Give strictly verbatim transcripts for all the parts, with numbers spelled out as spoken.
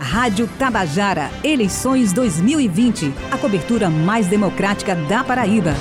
Rádio Tabajara, eleições dois mil e vinte, a cobertura mais democrática da Paraíba.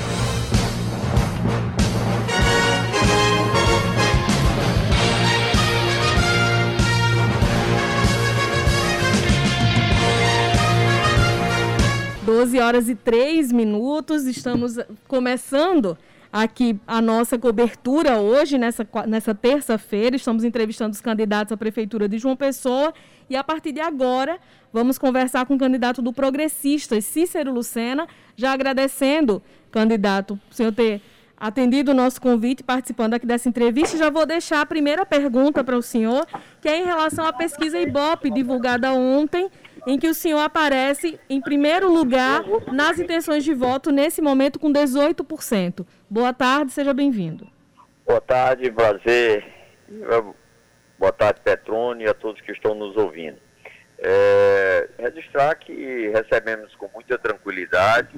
doze horas e três minutos, estamos começando aqui a nossa cobertura hoje, nessa, nessa terça-feira. Estamos entrevistando os candidatos à Prefeitura de João Pessoa e, a partir de agora, vamos conversar com o candidato do Progressistas, Cícero Lucena, já agradecendo, candidato, o senhor ter atendido o nosso convite, participando aqui dessa entrevista. Já vou deixar a primeira pergunta para o senhor, que é em relação à pesquisa Ibope, divulgada ontem, em que o senhor aparece em primeiro lugar nas intenções de voto, nesse momento, com dezoito por cento. Boa tarde, seja bem-vindo. Boa tarde, prazer. Boa tarde, Petrone, e a todos que estão nos ouvindo. É, registrar que recebemos com muita tranquilidade,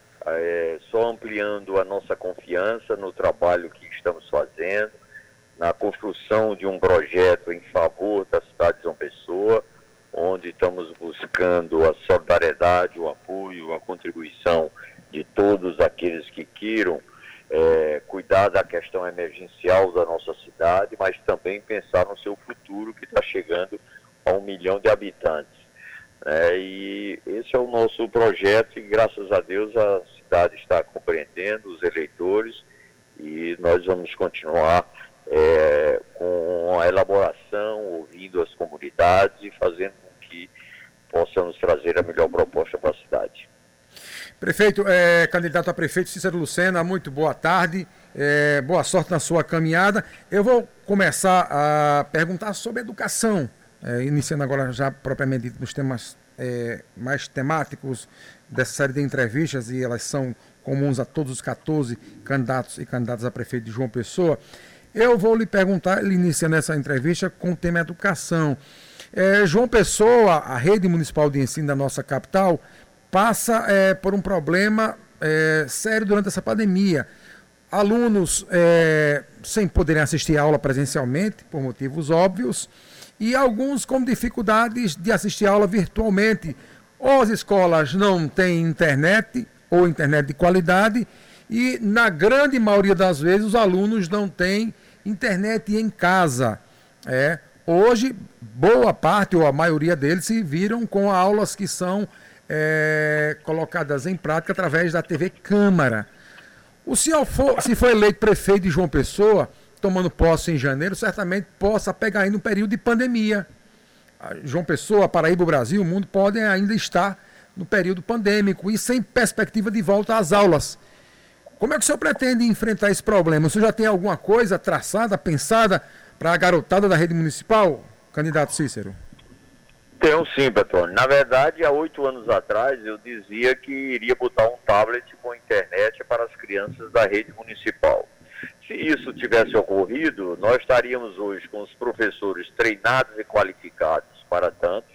é, só ampliando a nossa confiança no trabalho que estamos fazendo, na construção de um projeto em favor da cidade de João Pessoa, onde estamos buscando a solidariedade, o apoio, a contribuição de todos aqueles que queiram é, cuidar da questão emergencial da nossa cidade, mas também pensar no seu futuro, que está chegando a um milhão de habitantes. É, e esse é o nosso projeto e, graças a Deus, a cidade está compreendendo, os eleitores, e nós vamos continuar é, com a elaboração, ouvindo as comunidades e fazendo com que possamos trazer a melhor proposta para a cidade. Prefeito, é, candidato a prefeito Cícero Lucena, muito boa tarde, é, boa sorte na sua caminhada. Eu vou começar a perguntar sobre educação, é, iniciando agora já propriamente nos temas é, mais temáticos dessa série de entrevistas, e elas são comuns a todos os quatorze candidatos e candidatas a prefeito de João Pessoa. Eu vou lhe perguntar, iniciando essa entrevista, com o tema educação. É, João Pessoa, a rede municipal de ensino da nossa capital, passa é, por um problema é, sério durante essa pandemia. Alunos é, sem poderem assistir a aula presencialmente, por motivos óbvios, e alguns com dificuldades de assistir a aula virtualmente. Ou as escolas não têm internet, ou internet de qualidade, e na grande maioria das vezes os alunos não têm internet em casa. É, hoje, boa parte ou a maioria deles se viram com aulas que são é, colocadas em prática através da T V Câmara. O senhor, for, se for eleito prefeito de João Pessoa, tomando posse em janeiro, certamente possa pegar ainda um período de pandemia. João Pessoa, Paraíba, o Brasil, o mundo podem ainda estar no período pandêmico e sem perspectiva de volta às aulas. Como é que o senhor pretende enfrentar esse problema? O senhor já tem alguma coisa traçada, pensada para a garotada da rede municipal, candidato Cícero? Tenho sim, Petrone. Na verdade, há oito anos atrás, eu dizia que iria botar um tablet com internet para as crianças da rede municipal. Se isso tivesse ocorrido, nós estaríamos hoje com os professores treinados e qualificados para tanto.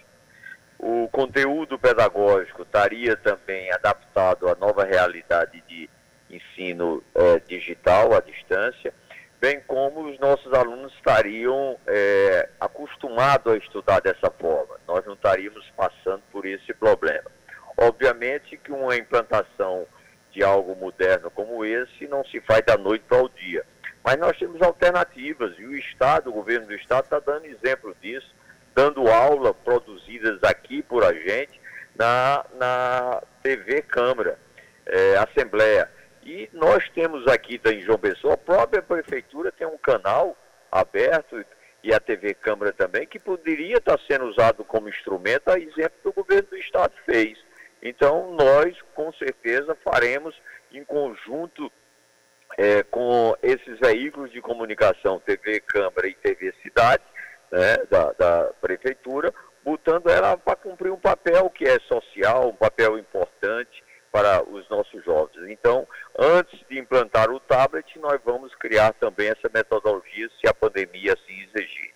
O conteúdo pedagógico estaria também adaptado à nova realidade de ensino é, digital, à distância, bem como os nossos alunos estariam é, acostumados a estudar dessa forma. Nós não estaríamos passando por esse problema. Obviamente que uma implantação de algo moderno como esse não se faz da noite para o dia. Mas nós temos alternativas e o Estado, o governo do Estado está dando exemplo disso, dando aula produzidas aqui por a gente na, na T V Câmara, é, Assembleia. E nós temos aqui em João Pessoa, a própria prefeitura tem um canal aberto, e a T V Câmara também, que poderia estar sendo usado como instrumento, a exemplo do governo do Estado fez. Então nós, com certeza, faremos em conjunto é, com esses veículos de comunicação, T V Câmara e T V Cidade, né, da, da prefeitura, botando ela para cumprir um papel que é social, um papel importante para os nossos jovens. Então, antes de implantar o tablet, nós vamos criar também essa metodologia, se a pandemia assim exigir.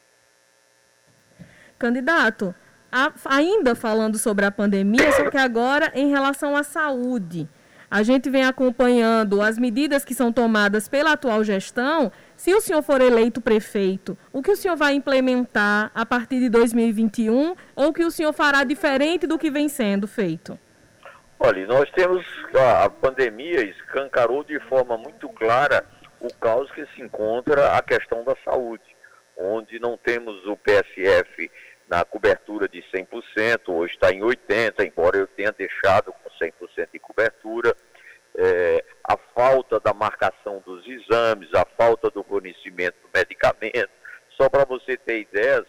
Candidato, a, ainda falando sobre a pandemia, só que agora em relação à saúde. A gente vem acompanhando as medidas que são tomadas pela atual gestão, Se o senhor for eleito prefeito, o que o senhor vai implementar a partir de dois mil e vinte e um ou o que o senhor fará diferente do que vem sendo feito? Olha, nós temos, a pandemia escancarou de forma muito clara o caos que se encontra a questão da saúde, onde não temos o P S F na cobertura de cem por cento, hoje está em oitenta por cento, embora eu tenha deixado com cem por cento de cobertura, é, a falta da marcação dos exames, a falta do fornecimento do medicamento. Só para você ter ideias,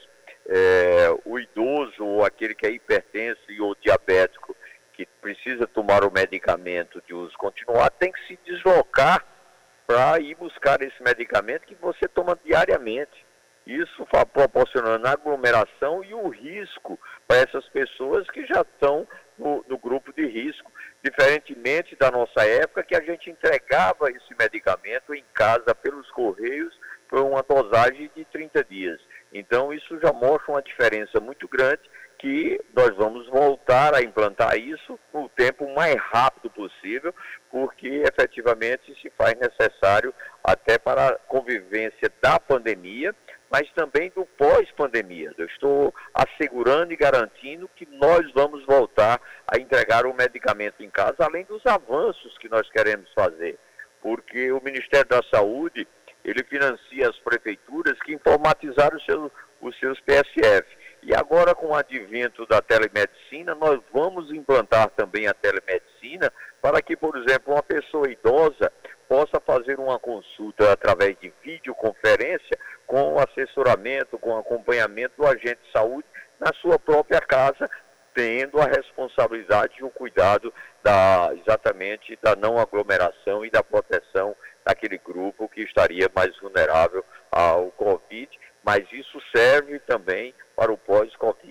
é, o idoso ou aquele que é hipertenso ou diabético que precisa tomar o medicamento de uso continuado tem que se deslocar para ir buscar esse medicamento que você toma diariamente. Isso proporcionando aglomeração e o risco para essas pessoas que já estão no, no grupo de risco, diferentemente da nossa época, que a gente entregava esse medicamento em casa pelos correios por uma dosagem de trinta dias. Então isso já mostra uma diferença muito grande, que nós vamos voltar a implantar isso no tempo mais rápido possível, porque efetivamente se faz necessário até para a convivência da pandemia, mas também do pós-pandemia. Eu estou assegurando e garantindo que nós vamos voltar a entregar o medicamento em casa, além dos avanços que nós queremos fazer, porque o Ministério da Saúde, ele financia as prefeituras que informatizaram os seus, os seus P S F. E agora, com o advento da telemedicina, nós vamos implantar também a telemedicina para que, por exemplo, uma pessoa idosa possa fazer uma consulta através de videoconferência com assessoramento, com acompanhamento do agente de saúde na sua própria casa, tendo a responsabilidade e o cuidado da, exatamente da não aglomeração e da proteção daquele grupo que estaria mais vulnerável ao Covid, mas isso serve também para o pós-Covid.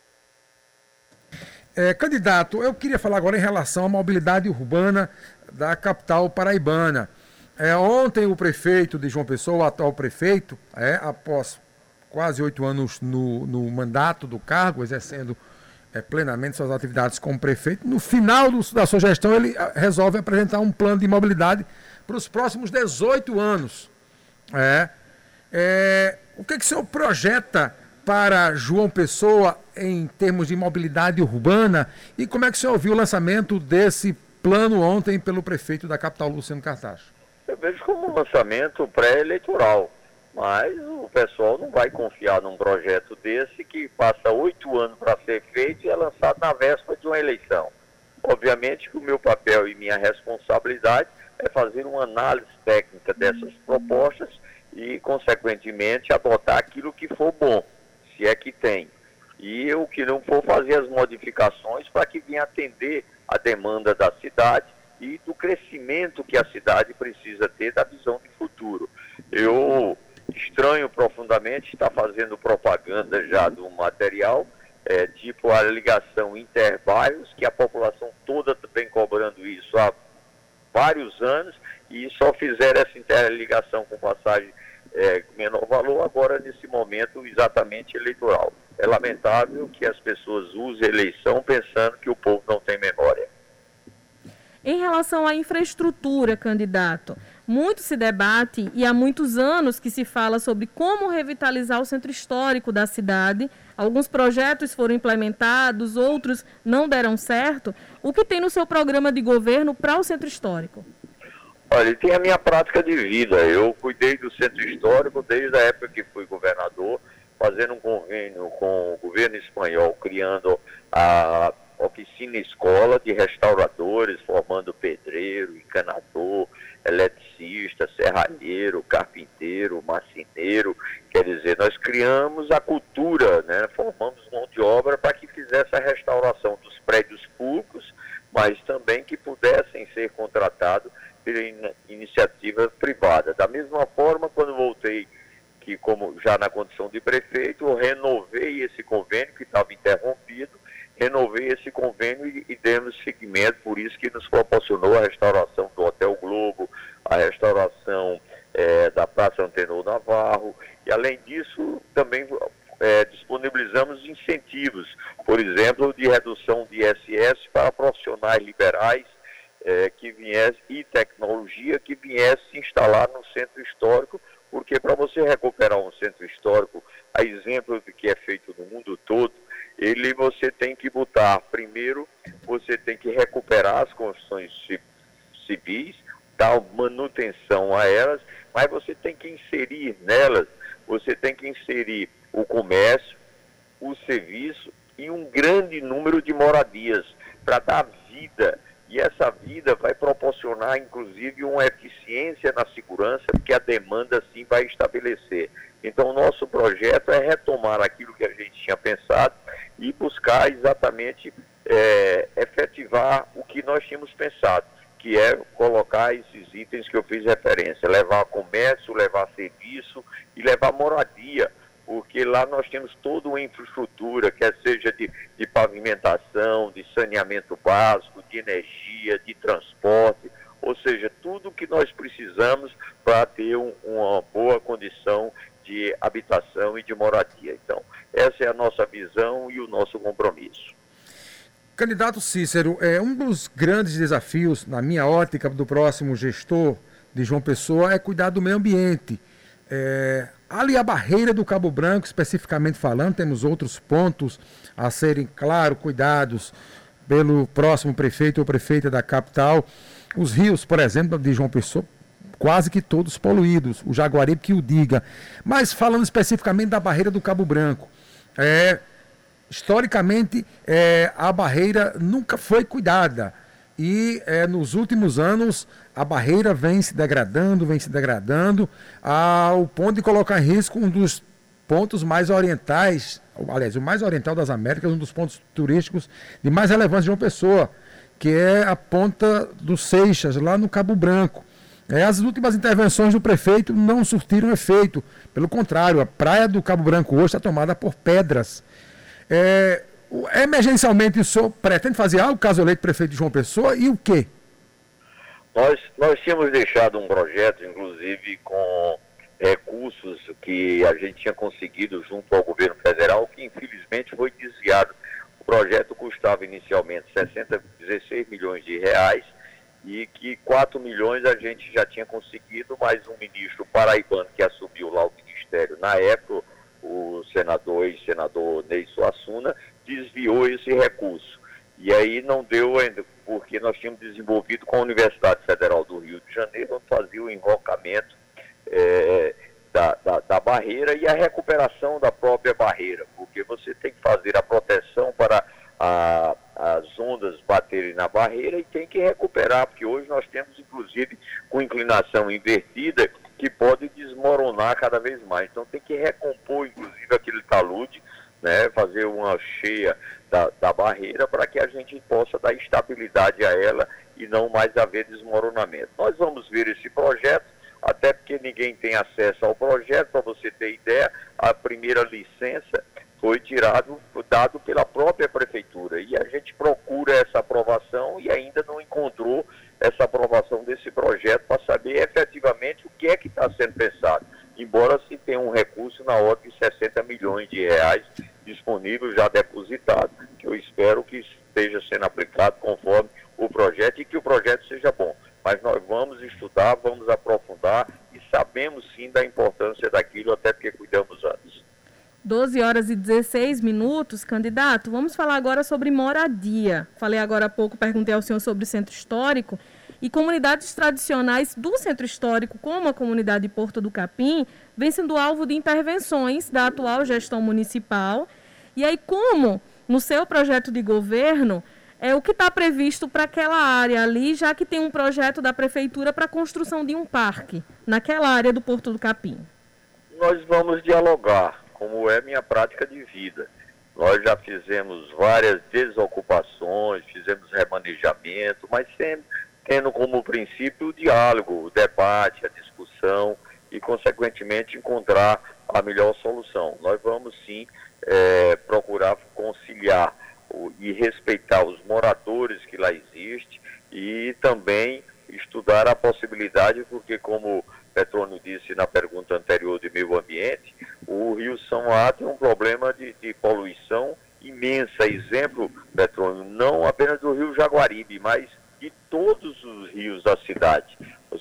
É, candidato, eu queria falar agora em relação à mobilidade urbana da capital paraibana. É, ontem o prefeito de João Pessoa, o atual prefeito, é, após quase oito anos no, no mandato do cargo, exercendo é, plenamente suas atividades como prefeito, no final do, da sua gestão ele resolve apresentar um plano de mobilidade para os próximos dezoito anos. É, é, o que, que o senhor projeta para João Pessoa em termos de mobilidade urbana e como é que o senhor viu o lançamento desse plano ontem pelo prefeito da capital, Luciano Cartacho? Eu vejo como um lançamento pré-eleitoral, mas o pessoal não vai confiar num projeto desse que passa oito anos para ser feito e é lançado na véspera de uma eleição. Obviamente que o meu papel e minha responsabilidade é fazer uma análise técnica dessas propostas e, consequentemente, adotar aquilo que for bom, se é que tem. E o que não for, fazer as modificações para que venha atender a demanda da cidade e do crescimento que a cidade precisa ter da visão de futuro. Eu estranho profundamente estar fazendo propaganda já do material, é, tipo a ligação interbairros, que a população toda vem cobrando isso há vários anos e só fizeram essa interligação com passagem é, menor valor agora nesse momento exatamente eleitoral. É lamentável que as pessoas usem a eleição pensando que o povo não tem memória. Em relação à infraestrutura, candidato, muito se debate e há muitos anos que se fala sobre como revitalizar o centro histórico da cidade. Alguns projetos foram implementados, outros não deram certo. O que tem no seu programa de governo para o centro histórico? Olha, tem a minha prática de vida. Eu cuidei do centro histórico desde a época que fui governador, fazendo um convênio com o governo espanhol, criando a oficina escola de restauradores, formando pedreiro, encanador, eletricista, serralheiro, carpinteiro, marceneiro. Quer dizer, nós criamos a cultura, né? Formamos mão de obra para que fizesse a restauração dos prédios públicos, mas também que pudessem ser contratados pela in- iniciativa privada. Da mesma forma, quando voltei, que como já na condição de prefeito, eu renovei esse convênio que estava interrompido, renovei esse convênio e, e demos seguimento, por isso que nos proporcionou a restauração do Hotel Globo, a restauração é, da Praça Antenor Navarro, e além disso também é, disponibilizamos incentivos, por exemplo, de redução de I S S para profissionais liberais é, que viesse, e tecnologia que viesse se instalar no centro histórico, Porque para você recuperar um centro histórico, a exemplo do que é feito no mundo todo, ele você tem que botar, primeiro, você tem que recuperar as construções civis, dar manutenção a elas, mas você tem que inserir nelas, você tem que inserir o comércio, o serviço e um grande número de moradias para dar vida. E essa vida vai proporcionar, inclusive, uma eficiência na segurança que a demanda, sim, vai estabelecer. Então, o nosso projeto é retomar aquilo que a gente tinha pensado e buscar exatamente é, efetivar o que nós tínhamos pensado, que é colocar esses itens que eu fiz referência, levar comércio, levar serviço e levar moradia, porque lá nós temos toda uma infraestrutura, quer seja de, de pavimentação, de saneamento básico, de energia, de transporte, ou seja, tudo que nós precisamos para ter um, uma boa condição de habitação e de moradia. Então, essa é a nossa visão e o nosso compromisso. Candidato Cícero, é, um dos grandes desafios, na minha ótica, do próximo gestor de João Pessoa é cuidar do meio ambiente. É, ali a barreira do Cabo Branco, especificamente falando, temos outros pontos a serem, claro, cuidados pelo próximo prefeito ou prefeita da capital. Os rios, por exemplo, de João Pessoa, quase que todos poluídos, o Jaguaribe que o diga. Mas falando especificamente da barreira do Cabo Branco, é, historicamente é, a barreira nunca foi cuidada. E é, nos últimos anos a barreira vem se degradando, vem se degradando, ao ponto de colocar em risco um dos pontos mais orientais, aliás, o mais oriental das Américas, um dos pontos turísticos de mais relevância de João Pessoa, que é a Ponta dos Seixas, lá no Cabo Branco. É, as últimas intervenções do prefeito não surtiram efeito, pelo contrário, a praia do Cabo Branco hoje está tomada por pedras. É, emergencialmente o senhor pretende fazer algo, caso eleito prefeito de João Pessoa, e o quê? Nós, nós tínhamos deixado um projeto, inclusive, com recursos que a gente tinha conseguido junto ao governo federal, que infelizmente foi desviado. O projeto custava inicialmente sessenta, dezesseis milhões de reais, e que quatro milhões a gente já tinha conseguido, mas um ministro paraibano que assumiu lá o ministério na época, o senador e senador Ney Suassuna, desviou esse recurso. E aí não deu ainda, porque nós tínhamos desenvolvido com a Universidade Federal do Rio de Janeiro, onde fazia o enrocamento é, da, da, da barreira e a recuperação da própria barreira, porque você tem que fazer a proteção para a, as ondas baterem na barreira e tem que recuperar, porque hoje nós temos, inclusive, com inclinação invertida, que pode desmoronar cada vez mais. Então tem que recompor, inclusive, aquele talude, né, fazer uma cheia da, da barreira para que a gente possa dar estabilidade a ela e não mais haver desmoronamento. Nós vamos ver esse projeto, até porque ninguém tem acesso ao projeto. Para você ter ideia, a primeira licença foi tirado, dado pela própria prefeitura, e a gente procura essa aprovação e ainda não encontrou essa aprovação desse projeto para saber efetivamente o que é que está sendo pensado, embora se tenha um recurso na ordem de sessenta milhões de reais disponível, já depositado, que eu espero que esteja sendo aplicado conforme o projeto e que o projeto seja bom. Mas nós vamos estudar, vamos aprofundar e sabemos sim da importância daquilo, até porque cuidamos antes. doze horas e dezesseis minutos, candidato. Vamos falar agora sobre moradia. Falei agora há pouco, perguntei ao senhor sobre o centro histórico. E comunidades tradicionais do centro histórico, como a comunidade de Porto do Capim, vem sendo alvo de intervenções da atual gestão municipal. E aí, como no seu projeto de governo, é o que está previsto para aquela área ali, já que tem um projeto da prefeitura para a construção de um parque naquela área do Porto do Capim? Nós vamos dialogar, como é minha prática de vida. Nós já fizemos várias desocupações, fizemos remanejamento, mas sempre tendo como princípio o diálogo, o debate, a discussão e, consequentemente, encontrar a melhor solução. Nós vamos, sim, é, procurar conciliar o, e respeitar os moradores que lá existem e também estudar a possibilidade, porque, como Petrônio disse na pergunta anterior de meio ambiente, o Rio São Á tem um problema de, de poluição imensa. Exemplo, Petrônio, não apenas do Rio Jaguaribe, mas de todos os rios da cidade. Ou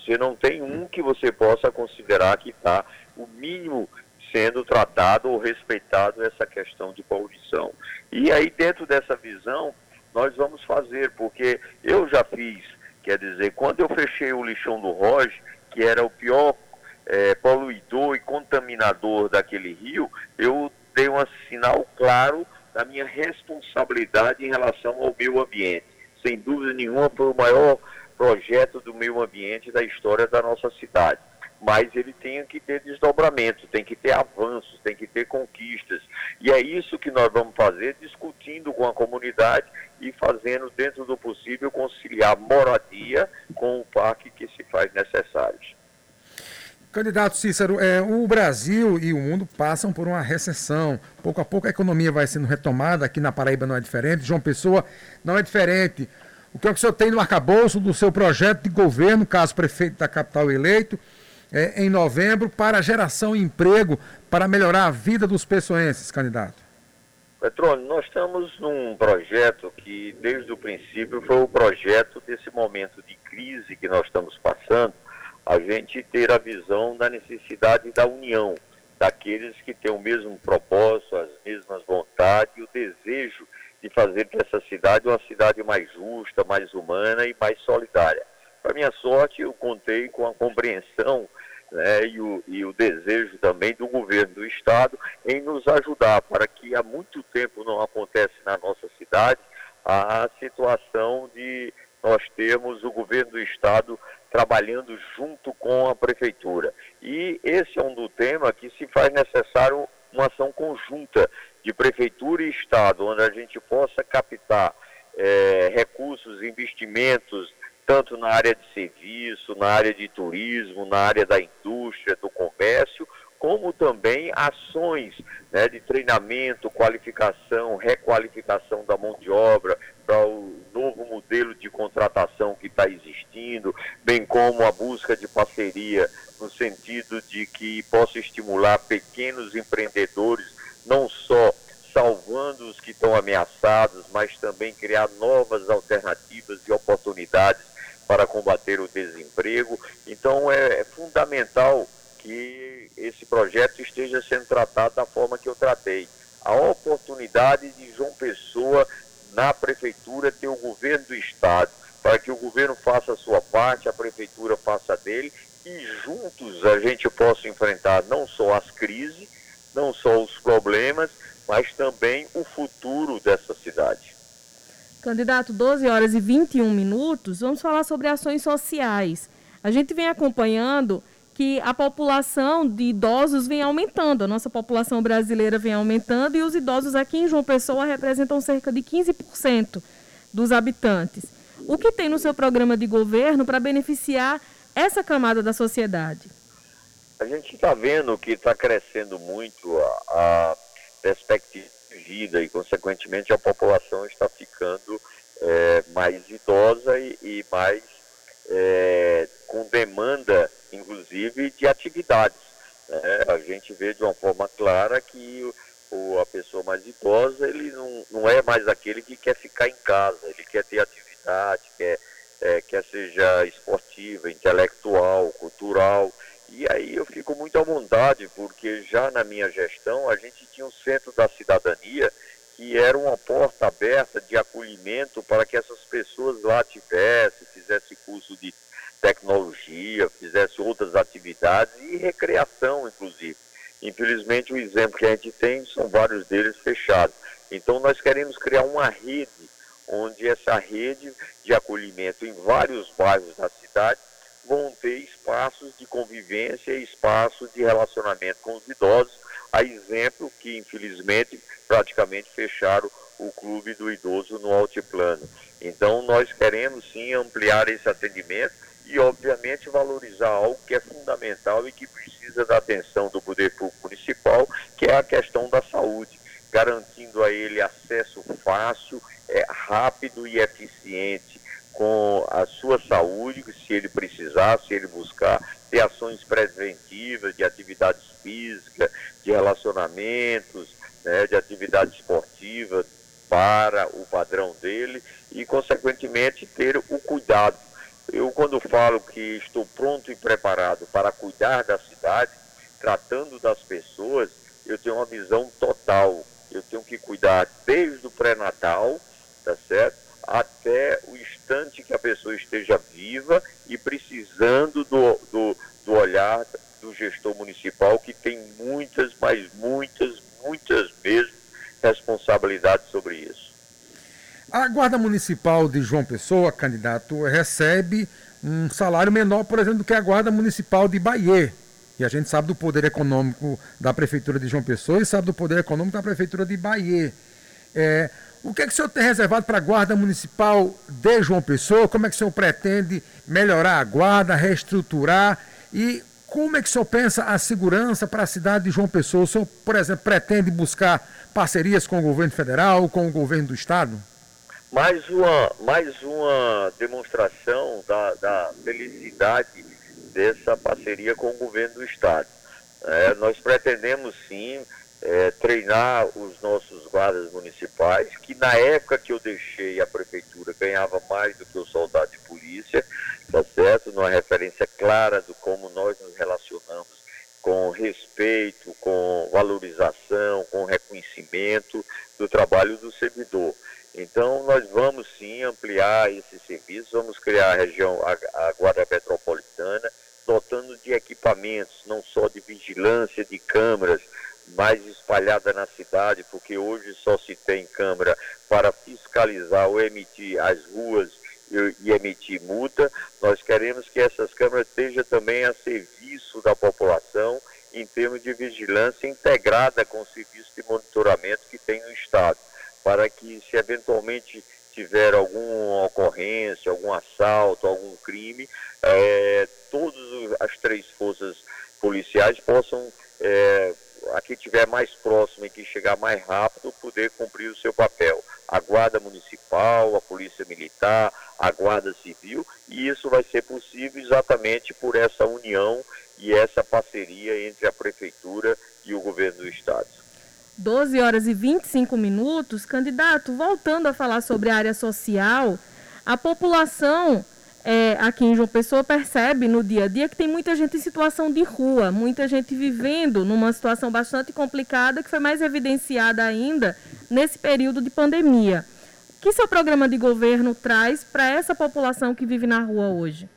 Você não tem um que você possa considerar que está o mínimo sendo tratado ou respeitado essa questão de poluição. E aí, dentro dessa visão, nós vamos fazer, porque eu já fiz, quer dizer, quando eu fechei o lixão do Roge, que era o pior é, poluidor e contaminador daquele rio, eu dei um sinal claro da minha responsabilidade em relação ao meio ambiente. Sem dúvida nenhuma, foi o maior projeto do meio ambiente da história da nossa cidade. Mas ele tem que ter desdobramento, tem que ter avanços, tem que ter conquistas. E é isso que nós vamos fazer, discutindo com a comunidade e fazendo, dentro do possível, conciliar moradia com o parque que se faz necessário. Candidato Cícero, é, o Brasil e o mundo passam por uma recessão. Pouco a pouco a economia vai sendo retomada, aqui na Paraíba não é diferente, João Pessoa não é diferente. O que é que o senhor tem no arcabouço do seu projeto de governo, caso prefeito da capital eleito, É, em novembro, para geração e emprego, para melhorar a vida dos pessoenses, candidato? Petrônio, nós estamos num projeto que, desde o princípio, foi o projeto desse momento de crise que nós estamos passando, a gente ter a visão da necessidade da união, daqueles que têm o mesmo propósito, as mesmas vontades e o desejo de fazer dessa cidade uma cidade mais justa, mais humana e mais solidária. Para minha sorte, eu contei com a compreensão, né, e, o, e o desejo também do governo do estado em nos ajudar, para que há muito tempo não acontece na nossa cidade a situação de nós termos o governo do estado trabalhando junto com a prefeitura. E esse é um do tema que se faz necessário uma ação conjunta de prefeitura e estado, onde a gente possa captar é, recursos, investimentos, tanto na área de serviço, na área de turismo, na área da indústria, do comércio, como também ações, né, de treinamento, qualificação, requalificação da mão de obra para o novo modelo de contratação que está existindo, bem como a busca de parceria no sentido de que possa estimular pequenos empreendedores, não só salvando os que estão ameaçados, mas também criar novas alternativas e oportunidades para combater o desemprego. Então é, é fundamental que esse projeto esteja sendo tratado da forma que eu tratei. A oportunidade de João Pessoa, na prefeitura, ter o governo do estado, para que o governo faça a sua parte, a prefeitura faça a dele, e juntos a gente possa enfrentar não só as crises, não só os problemas, mas também o futuro dessa cidade. Candidato, doze horas e vinte e um minutos, vamos falar sobre ações sociais. A gente vem acompanhando que a população de idosos vem aumentando, a nossa população brasileira vem aumentando e os idosos aqui em João Pessoa representam cerca de quinze por cento dos habitantes. O que tem no seu programa de governo para beneficiar essa camada da sociedade? A gente está vendo que está crescendo muito a, a perspectiva de vida e, consequentemente, a população está ficando é, mais idosa e, e mais é, com demanda, inclusive, de atividades. Né? A gente vê de uma forma clara que o, a pessoa mais idosa, ele não, não é mais aquele que quer ficar em casa, ele quer ter atividade, quer, é, quer seja esportiva, intelectual, cultural. E aí eu fico muito à vontade, porque já na minha gestão a gente tinha um centro da cidadania que era uma porta aberta de acolhimento para que essas pessoas lá tivessem, fizessem curso de tecnologia, fizessem outras atividades e recreação, inclusive. Infelizmente, o exemplo que a gente tem são vários deles fechados. Então nós queremos criar uma rede, onde essa rede de acolhimento em vários bairros da cidade vão ter espaços de convivência e espaços de relacionamento com os idosos, a exemplo que, infelizmente, praticamente fecharam o Clube do Idoso no Altiplano. Então, nós queremos, sim, ampliar esse atendimento e, obviamente, valorizar algo que é fundamental e que precisa da atenção do Poder Público Municipal, que é a questão da saúde, garantindo a ele acesso fácil, é, rápido e eficiente com a sua saúde, se ele precisar, se ele buscar, ter ações preventivas de atividades físicas, de relacionamentos, né, de atividade esportiva para o padrão dele e, consequentemente, ter o cuidado Eu, quando falo que estou pronto e preparado para cuidar da cidade, tratando das pessoas, eu tenho uma visão total. Eu tenho que cuidar desde o pré-natal, tá certo? Até o instante que a pessoa esteja viva e precisando do, do, do olhar do gestor municipal, que tem muitas, mas muitas, muitas mesmo responsabilidades sobre isso. A Guarda Municipal de João Pessoa, candidato, recebe um salário menor, por exemplo, do que a Guarda Municipal de Bahia. E a gente sabe do poder econômico da Prefeitura de João Pessoa e sabe do poder econômico da Prefeitura de Bahia. É, o que é que o senhor tem reservado para a Guarda Municipal de João Pessoa? Como é que o senhor pretende melhorar a guarda, reestruturar? E como é que o senhor pensa a segurança para a cidade de João Pessoa? O senhor, por exemplo, pretende buscar parcerias com o governo federal, com o governo do estado? Mais uma, mais uma demonstração da, da felicidade dessa parceria com o governo do estado. É, nós pretendemos sim é, treinar os nossos guardas municipais, que na época que eu deixei a prefeitura ganhava mais do que o soldado de polícia, tá certo? Numa referência clara de como nós nos relacionamos com respeito, com valorização, com reconhecimento do trabalho do servidor. Então, nós vamos sim ampliar esse serviço, vamos criar a região, a, a Guarda Metropolitana, dotando de equipamentos, não só de vigilância de câmeras, mais espalhada na cidade, porque hoje só se tem câmera para fiscalizar ou emitir as ruas e, e emitir multa. Nós queremos que essas câmeras estejam também a serviço da população, em termos de vigilância integrada com o serviço de monitoramento que tem no estado, para que, se eventualmente tiver alguma ocorrência, algum assalto, algum crime, é, todas as três forças policiais possam, é, a que estiver mais próximo e que chegar mais rápido, poder cumprir o seu papel. A Guarda Municipal, a Polícia Militar, a Guarda Civil, e isso vai ser possível exatamente por essa união e essa parceria entre a Prefeitura e o Governo do Estado. doze horas e vinte e cinco minutos. Candidato, voltando a falar sobre a área social, a população é, aqui em João Pessoa percebe no dia a dia que tem muita gente em situação de rua, muita gente vivendo numa situação bastante complicada, que foi mais evidenciada ainda nesse período de pandemia. O que seu programa de governo traz para essa população que vive na rua hoje?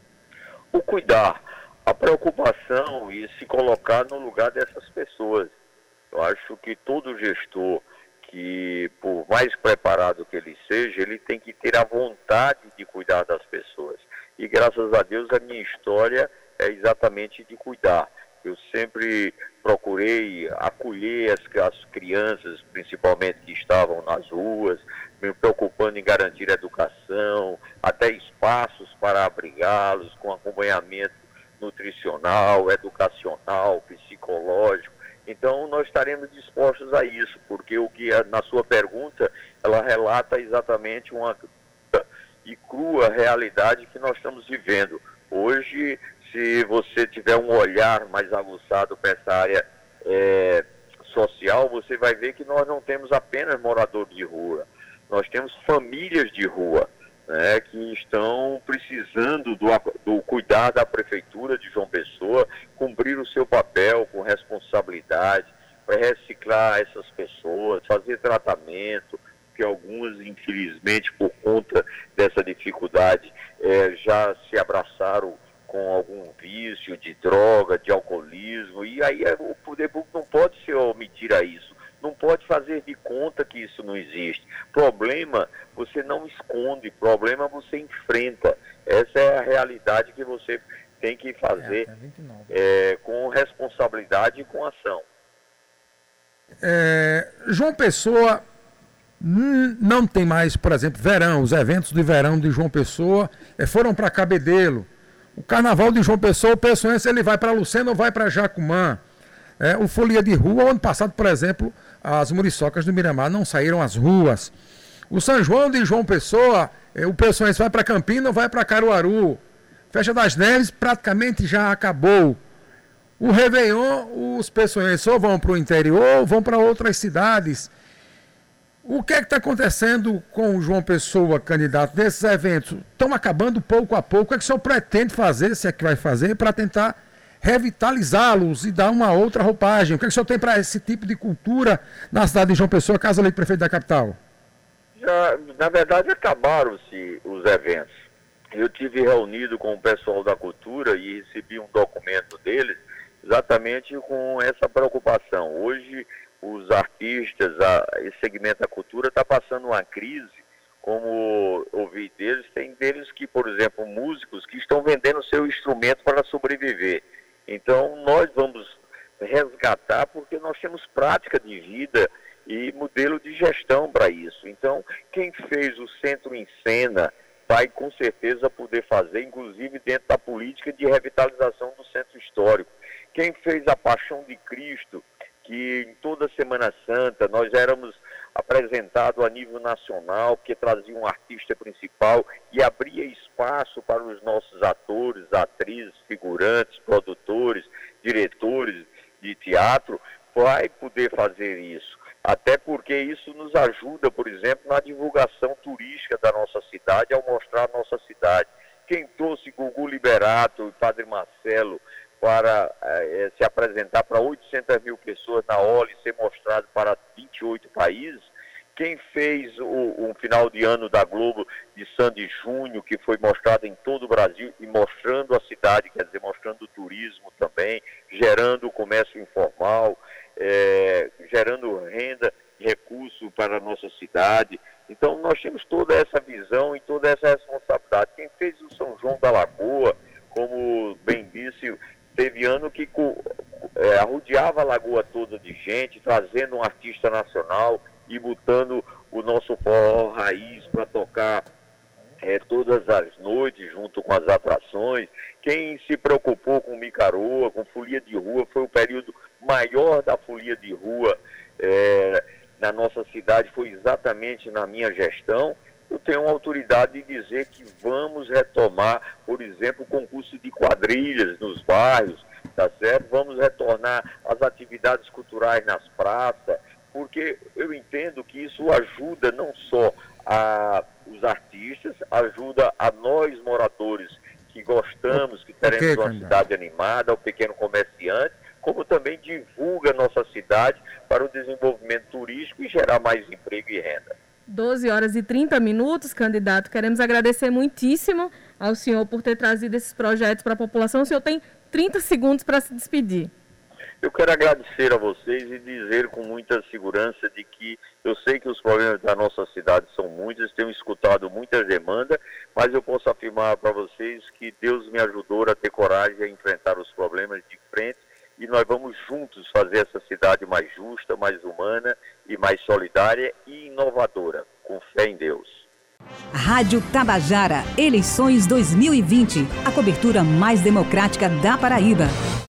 O cuidar, a preocupação e se colocar no lugar dessas pessoas. Eu acho que todo gestor que, por mais preparado que ele seja, ele tem que ter a vontade de cuidar das pessoas. E graças a Deus a minha história é exatamente de cuidar. Eu sempre procurei acolher as, as crianças, principalmente que estavam nas ruas, me preocupando em garantir educação, até espaços para abrigá-los, com acompanhamento nutricional, educacional, psicológico. Então, nós estaremos dispostos a isso, porque o que na sua pergunta, ela relata exatamente uma e crua realidade que nós estamos vivendo. Hoje, se você tiver um olhar mais aguçado para essa área é, social, você vai ver que nós não temos apenas moradores de rua, nós temos famílias de rua, né, que estão precisando do, do cuidar da Prefeitura de João Pessoa, cumprir o seu papel com responsabilidade, para reciclar essas pessoas, fazer tratamento, que algumas, infelizmente, por conta dessa dificuldade, é, já se abraçaram com algum vício de droga, de alcoolismo, e aí o poder público não pode se omitir a isso. Não pode fazer de conta que isso não existe. Problema você não esconde, problema você enfrenta. Essa é a realidade que você tem que fazer é, com responsabilidade e com ação. É, João Pessoa não tem mais, por exemplo, verão. Os eventos de verão de João Pessoa é, foram para Cabedelo. O carnaval de João Pessoa, o pessoense, ele vai para Lucena ou vai para Jacumã. É, o Folia de Rua, ano passado, por exemplo, as muriçocas do Miramar não saíram às ruas. O São João de João Pessoa, é, o pessoense vai para Campina ou vai para Caruaru. Festa das Neves praticamente já acabou. O Réveillon, os pessoenses ou vão para o interior ou vão para outras cidades. O que é que está acontecendo com o João Pessoa, candidato, nesses eventos? Estão acabando pouco a pouco. O que é que o senhor pretende fazer, se é que vai fazer, para tentar revitalizá-los e dar uma outra roupagem? O que é que o senhor tem para esse tipo de cultura na cidade de João Pessoa, caso eleito prefeito da capital? Já, na verdade, acabaram-se os eventos. Eu tive reunido com o pessoal da cultura e recebi um documento deles exatamente com essa preocupação. Hoje, os artistas, a, esse segmento da cultura está passando uma crise, como ouvi deles, tem deles que, por exemplo, músicos que estão vendendo seu instrumento para sobreviver. Então, nós vamos resgatar porque nós temos prática de vida e modelo de gestão para isso. Então, quem fez o Centro em Cena vai com certeza poder fazer, inclusive dentro da política de revitalização do Centro Histórico. Quem fez a Paixão de Cristo, que em toda Semana Santa nós éramos apresentados a nível nacional, que trazia um artista principal e abria espaço para os nossos atores, atrizes, figurantes, produtores, diretores de teatro, vai poder fazer isso. Até porque isso nos ajuda, por exemplo, na divulgação turística da nossa cidade, ao mostrar a nossa cidade. Quem trouxe Gugu Liberato e Padre Marcelo para eh, se apresentar para oitocentas mil pessoas na O L e ser mostrado para vinte e oito países, quem fez o, um final de ano da Globo de Sandy Júnior, que foi mostrado em todo o Brasil e mostrando a cidade, quer dizer, mostrando o turismo também, gerando o comércio informal, eh, gerando renda e recurso para a nossa cidade. Então nós temos toda essa visão e toda essa responsabilidade. Quem fez o São João da Lagoa, como bem disse, teve ano que é, arrodeava a lagoa toda de gente, trazendo um artista nacional e botando o nosso forró raiz para tocar é, todas as noites, junto com as atrações. Quem se preocupou com micaroa, com folia de rua, foi o período maior da folia de rua é, na nossa cidade, foi exatamente na minha gestão. Eu tenho a autoridade de dizer que vamos retomar, por exemplo, o concurso de quadrilhas nos bairros, tá certo? Vamos retornar as atividades culturais nas praças, porque eu entendo que isso ajuda não só a, os artistas, ajuda a nós moradores que gostamos, que teremos uma cidade animada, o pequeno comerciante, como também divulga a nossa cidade para o desenvolvimento turístico e gerar mais emprego e renda. doze horas e trinta minutos, candidato. Queremos agradecer muitíssimo ao senhor por ter trazido esses projetos para a população. O senhor tem trinta segundos para se despedir. Eu quero agradecer a vocês e dizer com muita segurança de que eu sei que os problemas da nossa cidade são muitos, tenho escutado muitas demandas, mas eu posso afirmar para vocês que Deus me ajudou a ter coragem a enfrentar os problemas de frente e nós vamos juntos fazer essa cidade mais justa, mais humana e mais solidária e inovadora, com fé em Deus. Rádio Tabajara, eleições dois mil e vinte, a cobertura mais democrática da Paraíba.